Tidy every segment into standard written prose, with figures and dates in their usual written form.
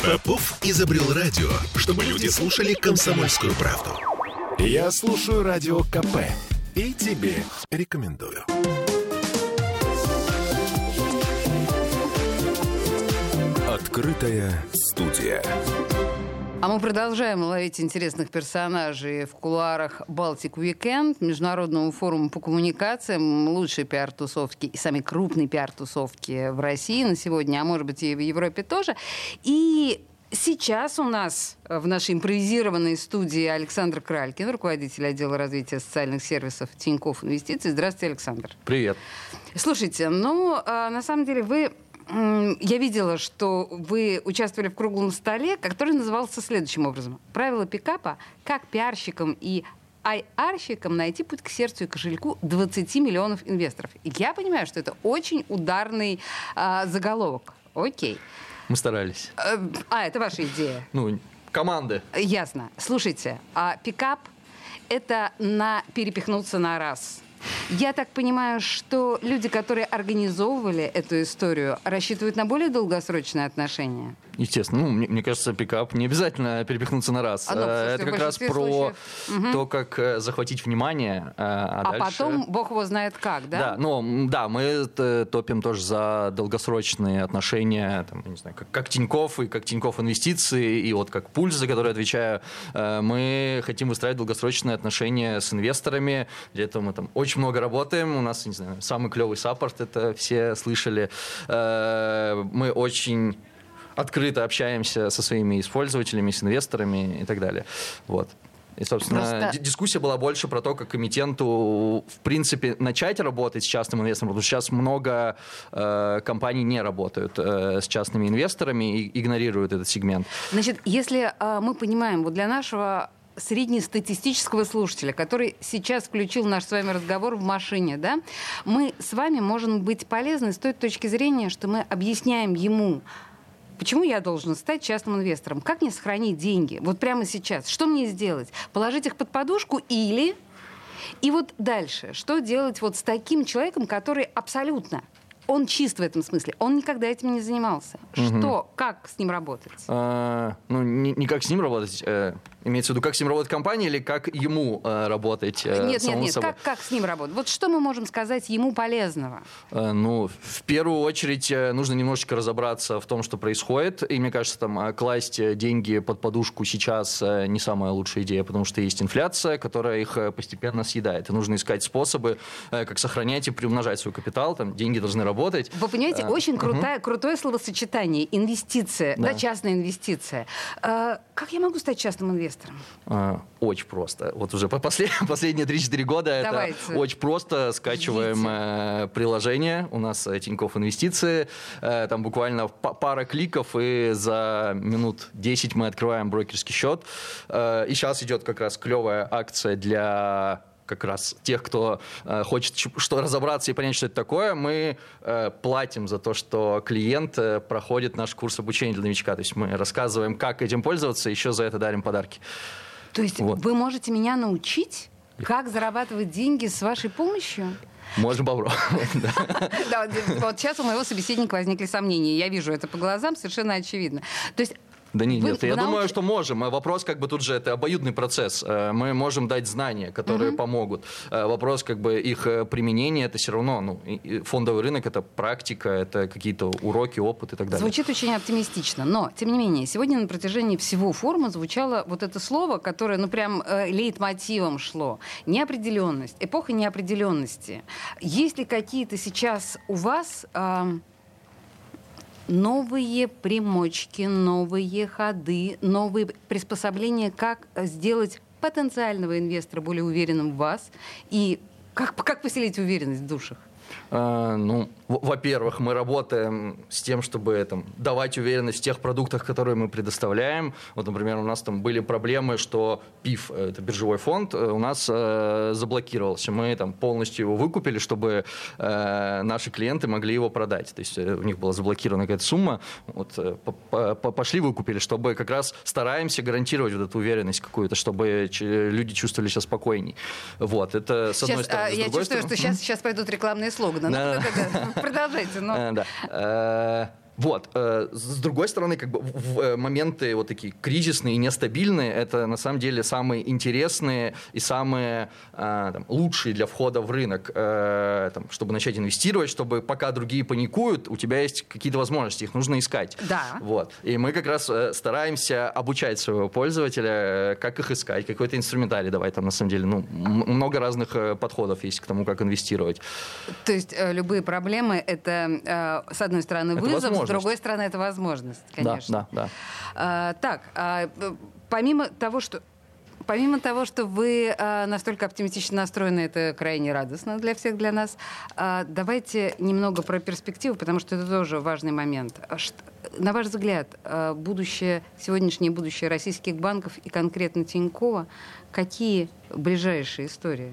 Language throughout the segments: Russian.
Попов изобрел радио, чтобы люди слушали «Комсомольскую правду». Я слушаю Радио КП и тебе рекомендую. Открытая студия. А мы продолжаем ловить интересных персонажей в кулуарах Baltic Weekend, международного форума по коммуникациям, лучшей пиар-тусовки и самой крупной пиар-тусовки в России на сегодня, а может быть и в Европе тоже. И сейчас у нас в нашей импровизированной студии Александр Кралькин, руководитель отдела развития социальных сервисов Тинькофф Инвестиции. Здравствуйте, Александр. Привет. Слушайте, на самом деле я видела, что вы участвовали в круглом столе, который назывался следующим образом. Правила пикапа: как пиарщикам и IR-щикам найти путь к сердцу и кошельку 20 миллионов инвесторов. И я понимаю, что это очень ударный заголовок. Окей. Мы старались. Это ваша идея? Команды. Ясно. Слушайте, пикап — это перепихнуться на раз. Я так понимаю, что люди, которые организовывали эту историю, рассчитывают на более долгосрочные отношения? Естественно. Мне кажется, пикап не обязательно перепихнуться на раз. Это как раз про то, как захватить внимание. Дальше... потом бог его знает как, да? Да, мы топим тоже за долгосрочные отношения, не знаю, как Тинькофф и как Тинькофф Инвестиции, и вот как Пульс, за который отвечаю. Мы хотим выстраивать долгосрочные отношения с инвесторами. Для этого мы там очень много работаем. У нас, не знаю, самый клевый саппорт, это все слышали. Мы очень открыто общаемся со своими пользователями, с инвесторами и так далее. Вот. И, собственно, дискуссия была больше про то, как эмитенту, в принципе, начать работать с частным инвестором, потому что сейчас много компаний не работают с частными инвесторами и игнорируют этот сегмент. Значит, если мы понимаем, вот для нашего среднестатистического слушателя, который сейчас включил наш с вами разговор в машине, да, мы с вами можем быть полезны с той точки зрения, что мы объясняем ему, почему я должен стать частным инвестором, как мне сохранить деньги вот прямо сейчас, что мне сделать, положить их под подушку или... И вот дальше, что делать вот с таким человеком, который абсолютно... Он чист в этом смысле. Он никогда этим не занимался. Что, как с ним работать? Не как с ним работать. Имеется в виду, как с ним работает компания или как ему работать? Нет. Как с ним работать? Вот что мы можем сказать ему полезного? В первую очередь нужно немножечко разобраться в том, что происходит. И мне кажется, класть деньги под подушку сейчас не самая лучшая идея, потому что есть инфляция, которая их постепенно съедает. И нужно искать способы, как сохранять и приумножать свой капитал. Деньги должны работать. Вы понимаете, очень крутое словосочетание. Инвестиция, частная инвестиция. Как я могу стать частным инвестором? Очень просто. Вот уже последние 3-4 года Давайте. Это очень просто. Скачиваем приложение. У нас Тинькофф Инвестиции. Там буквально пара кликов, и за минут 10 мы открываем брокерский счет. И сейчас идет как раз клевая акция для... как раз тех, кто хочет разобраться и понять, что это такое, мы платим за то, что клиент проходит наш курс обучения для новичка. То есть мы рассказываем, как этим пользоваться, еще за это дарим подарки. То есть вы можете меня научить, как зарабатывать деньги с вашей помощью? Можем попробовать, да. Вот сейчас у моего собеседника возникли сомнения. Я вижу это по глазам, совершенно очевидно. То есть Да нет, я думаю, что можем. Вопрос, тут же, это обоюдный процесс. Мы можем дать знания, которые помогут. Вопрос, их применения, это все равно, фондовый рынок, это практика, это какие-то уроки, опыт и так далее. Звучит очень оптимистично, но, тем не менее, сегодня на протяжении всего форума звучало вот это слово, которое, прям лейтмотивом шло. Неопределенность, эпоха неопределенности. Есть ли какие-то сейчас у вас... новые примочки, новые ходы, новые приспособления, как сделать потенциального инвестора более уверенным в вас и как поселить уверенность в душах? Во-первых, мы работаем с тем, чтобы давать уверенность в тех продуктах, которые мы предоставляем. Вот, например, у нас были проблемы, что ПИФ, это биржевой фонд, у нас заблокировался. Мы полностью его выкупили, чтобы наши клиенты могли его продать. То есть у них была заблокирована какая-то сумма. Пошли выкупили, чтобы как раз стараемся гарантировать вот эту уверенность какую-то, чтобы люди чувствовали себя спокойней. Вот, это с одной стороны. Я чувствую, что сейчас пойдут рекламные слоганы. Продолжайте. Вот. С другой стороны, как бы в моменты вот такие кризисные и нестабильные, это на самом деле самые интересные и самые там, лучшие для входа в рынок, там, чтобы начать инвестировать, чтобы пока другие паникуют, у тебя есть какие-то возможности, их нужно искать. Да. Вот. И мы как раз стараемся обучать своего пользователя, как их искать, какой-то инструментарий давать. Там на самом деле много разных подходов есть к тому, как инвестировать. То есть любые проблемы — это, с одной стороны, вызов, с другой стороны, это возможность, конечно. Да. Так, помимо того, что вы настолько оптимистично настроены, это крайне радостно для всех, для нас. Давайте немного про перспективу, потому что это тоже важный момент. На ваш взгляд, сегодняшнее будущее российских банков и конкретно Тинькова, какие ближайшие истории?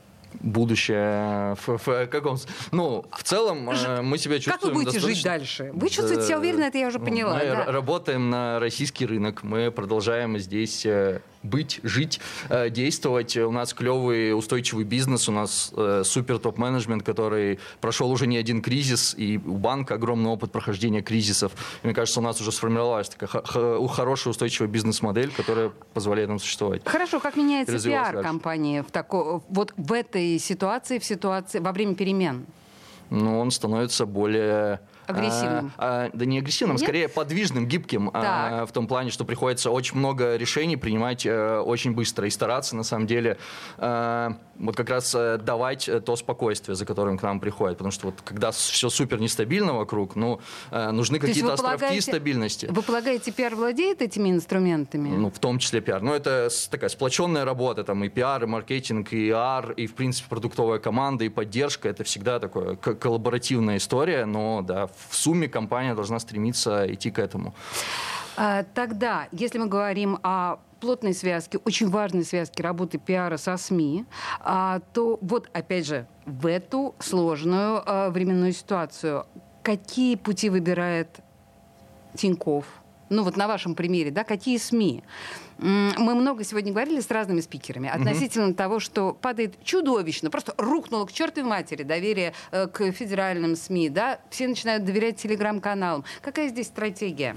Будущее в каком... Ну, в целом мы себя чувствуем... Как вы будете жить дальше? Вы чувствуете себя уверенно, это я уже поняла. Мы работаем на российский рынок, мы продолжаем здесь быть, жить, действовать. У нас клевый, устойчивый бизнес, у нас супер топ-менеджмент, который прошел уже не один кризис, и у банка огромный опыт прохождения кризисов. И, мне кажется, у нас уже сформировалась такая хорошая, устойчивая бизнес-модель, которая позволяет нам существовать. Хорошо, как меняется пиар компании вот в этой ситуации, во время перемен? Ну, он становится более... Агрессивным? Да не агрессивным, скорее подвижным, гибким, в том плане, что приходится очень много решений принимать очень быстро и стараться, на самом деле, вот как раз давать то спокойствие, за которым к нам приходят. Потому что вот когда все супер нестабильно вокруг, нужны какие-то островки стабильности. Вы полагаете, пиар владеет этими инструментами? Ну, в том числе пиар. Но это такая сплоченная работа, там и пиар, и маркетинг, и AR, и, в принципе, продуктовая команда, и поддержка. Это всегда такая коллаборативная история, но, да, в сумме компания должна стремиться идти к этому. Тогда, если мы говорим о плотной связке, очень важной связке работы пиара со СМИ, то вот, опять же, в эту сложную временную ситуацию какие пути выбирает Тинькофф? Ну вот на вашем примере, да, какие СМИ? Мы много сегодня говорили с разными спикерами относительно того, что падает чудовищно, просто рухнуло к чертовой матери доверие к федеральным СМИ, да, все начинают доверять телеграм-каналам. Какая здесь стратегия?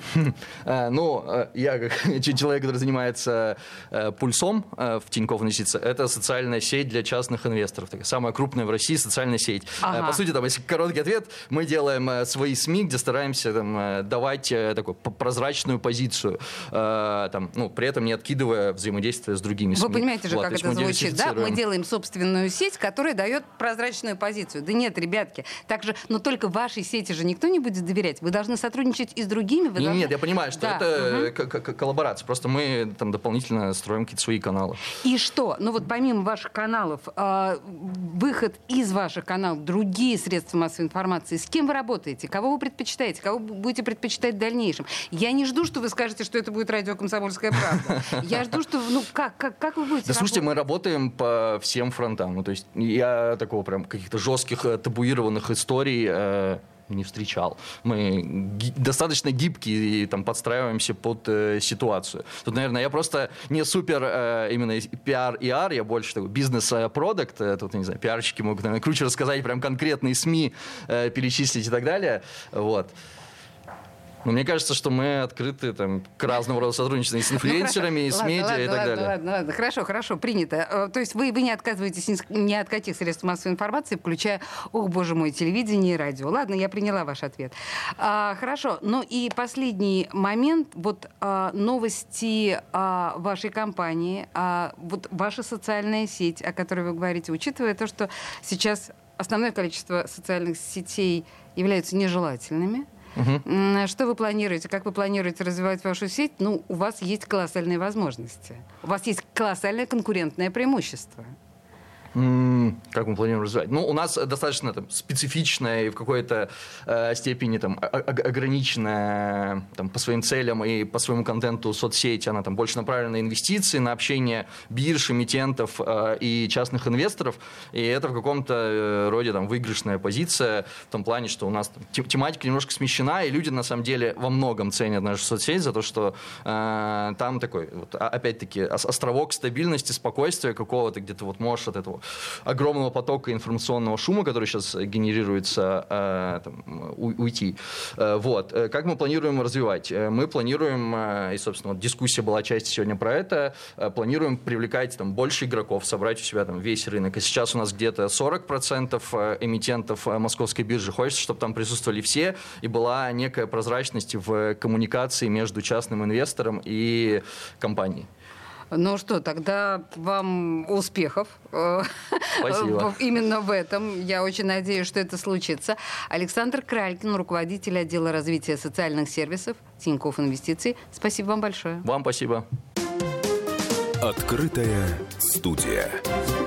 Я как человек, который занимается пульсом в Тинькофф Инвестиции, это социальная сеть для частных инвесторов, такая самая крупная в России социальная сеть. По сути, там, если короткий ответ, мы делаем свои СМИ, где стараемся давать такую прозрачную позицию, при этом не откидывая взаимодействие с другими СМИ. Вы понимаете же, как это звучит, да? Мы делаем собственную сеть, которая дает прозрачную позицию. Да нет, ребятки, но только вашей сети же никто не будет доверять. Вы должны сотрудничать и с другими. Нет, я понимаю, что это коллаборация. Просто мы там дополнительно строим какие-то свои каналы. И что? Помимо ваших каналов, выход из ваших каналов, другие средства массовой информации, с кем вы работаете? Кого вы предпочитаете? Кого вы будете предпочитать в дальнейшем? Я не жду, что вы скажете, что это будет радио «Комсомольская правда». Я жду, что... как вы будете... Да, слушайте, мы работаем по всем фронтам. То есть я такого прям каких-то жестких табуированных историй не встречал. Мы достаточно гибкие и подстраиваемся под ситуацию. Тут, наверное, я просто не супер именно пиар и ар, я больше такой бизнес-продукт. Тут, не знаю, пиарщики могут, наверное, круче рассказать, прям конкретные СМИ перечислить и так далее. Вот. Но мне кажется, что мы открыты к разного рода сотрудничеству с инфлюенсерами, с медиа и так далее. Ладно. Хорошо, принято. То есть вы не отказываетесь ни от каких средств массовой информации, включая, боже мой, телевидение и радио. Ладно, я приняла ваш ответ. Хорошо. И последний момент. Новости вашей компании, ваша социальная сеть, о которой вы говорите, учитывая то, что сейчас основное количество социальных сетей являются нежелательными. Что вы планируете? Как вы планируете развивать вашу сеть? У вас есть колоссальные возможности. У вас есть колоссальное конкурентное преимущество. Как мы планируем развивать? У нас достаточно специфичная и в какой-то степени ограниченная по своим целям и по своему контенту соцсеть. Она больше направлена на инвестиции, на общение бирж, эмитентов и частных инвесторов. И это в каком-то роде выигрышная позиция в том плане, что у нас тематика немножко смещена, и люди на самом деле во многом ценят нашу соцсеть за то, что там такой, опять-таки, островок стабильности, спокойствия какого-то, где ты можешь от этого огромного потока информационного шума, который сейчас генерируется, уйти. Вот. Как мы планируем развивать? Мы планируем, и, собственно, дискуссия была отчасти сегодня про это, планируем привлекать больше игроков, собрать у себя весь рынок. И сейчас у нас где-то 40% эмитентов московской биржи. Хочется, чтобы там присутствовали все, и была некая прозрачность в коммуникации между частным инвестором и компанией. Ну что, тогда вам успехов. Спасибо. Именно в этом. Я очень надеюсь, что это случится. Александр Кралькин, руководитель отдела развития социальных сервисов Тинькофф Инвестиции. Спасибо вам большое. Вам спасибо. Открытая студия.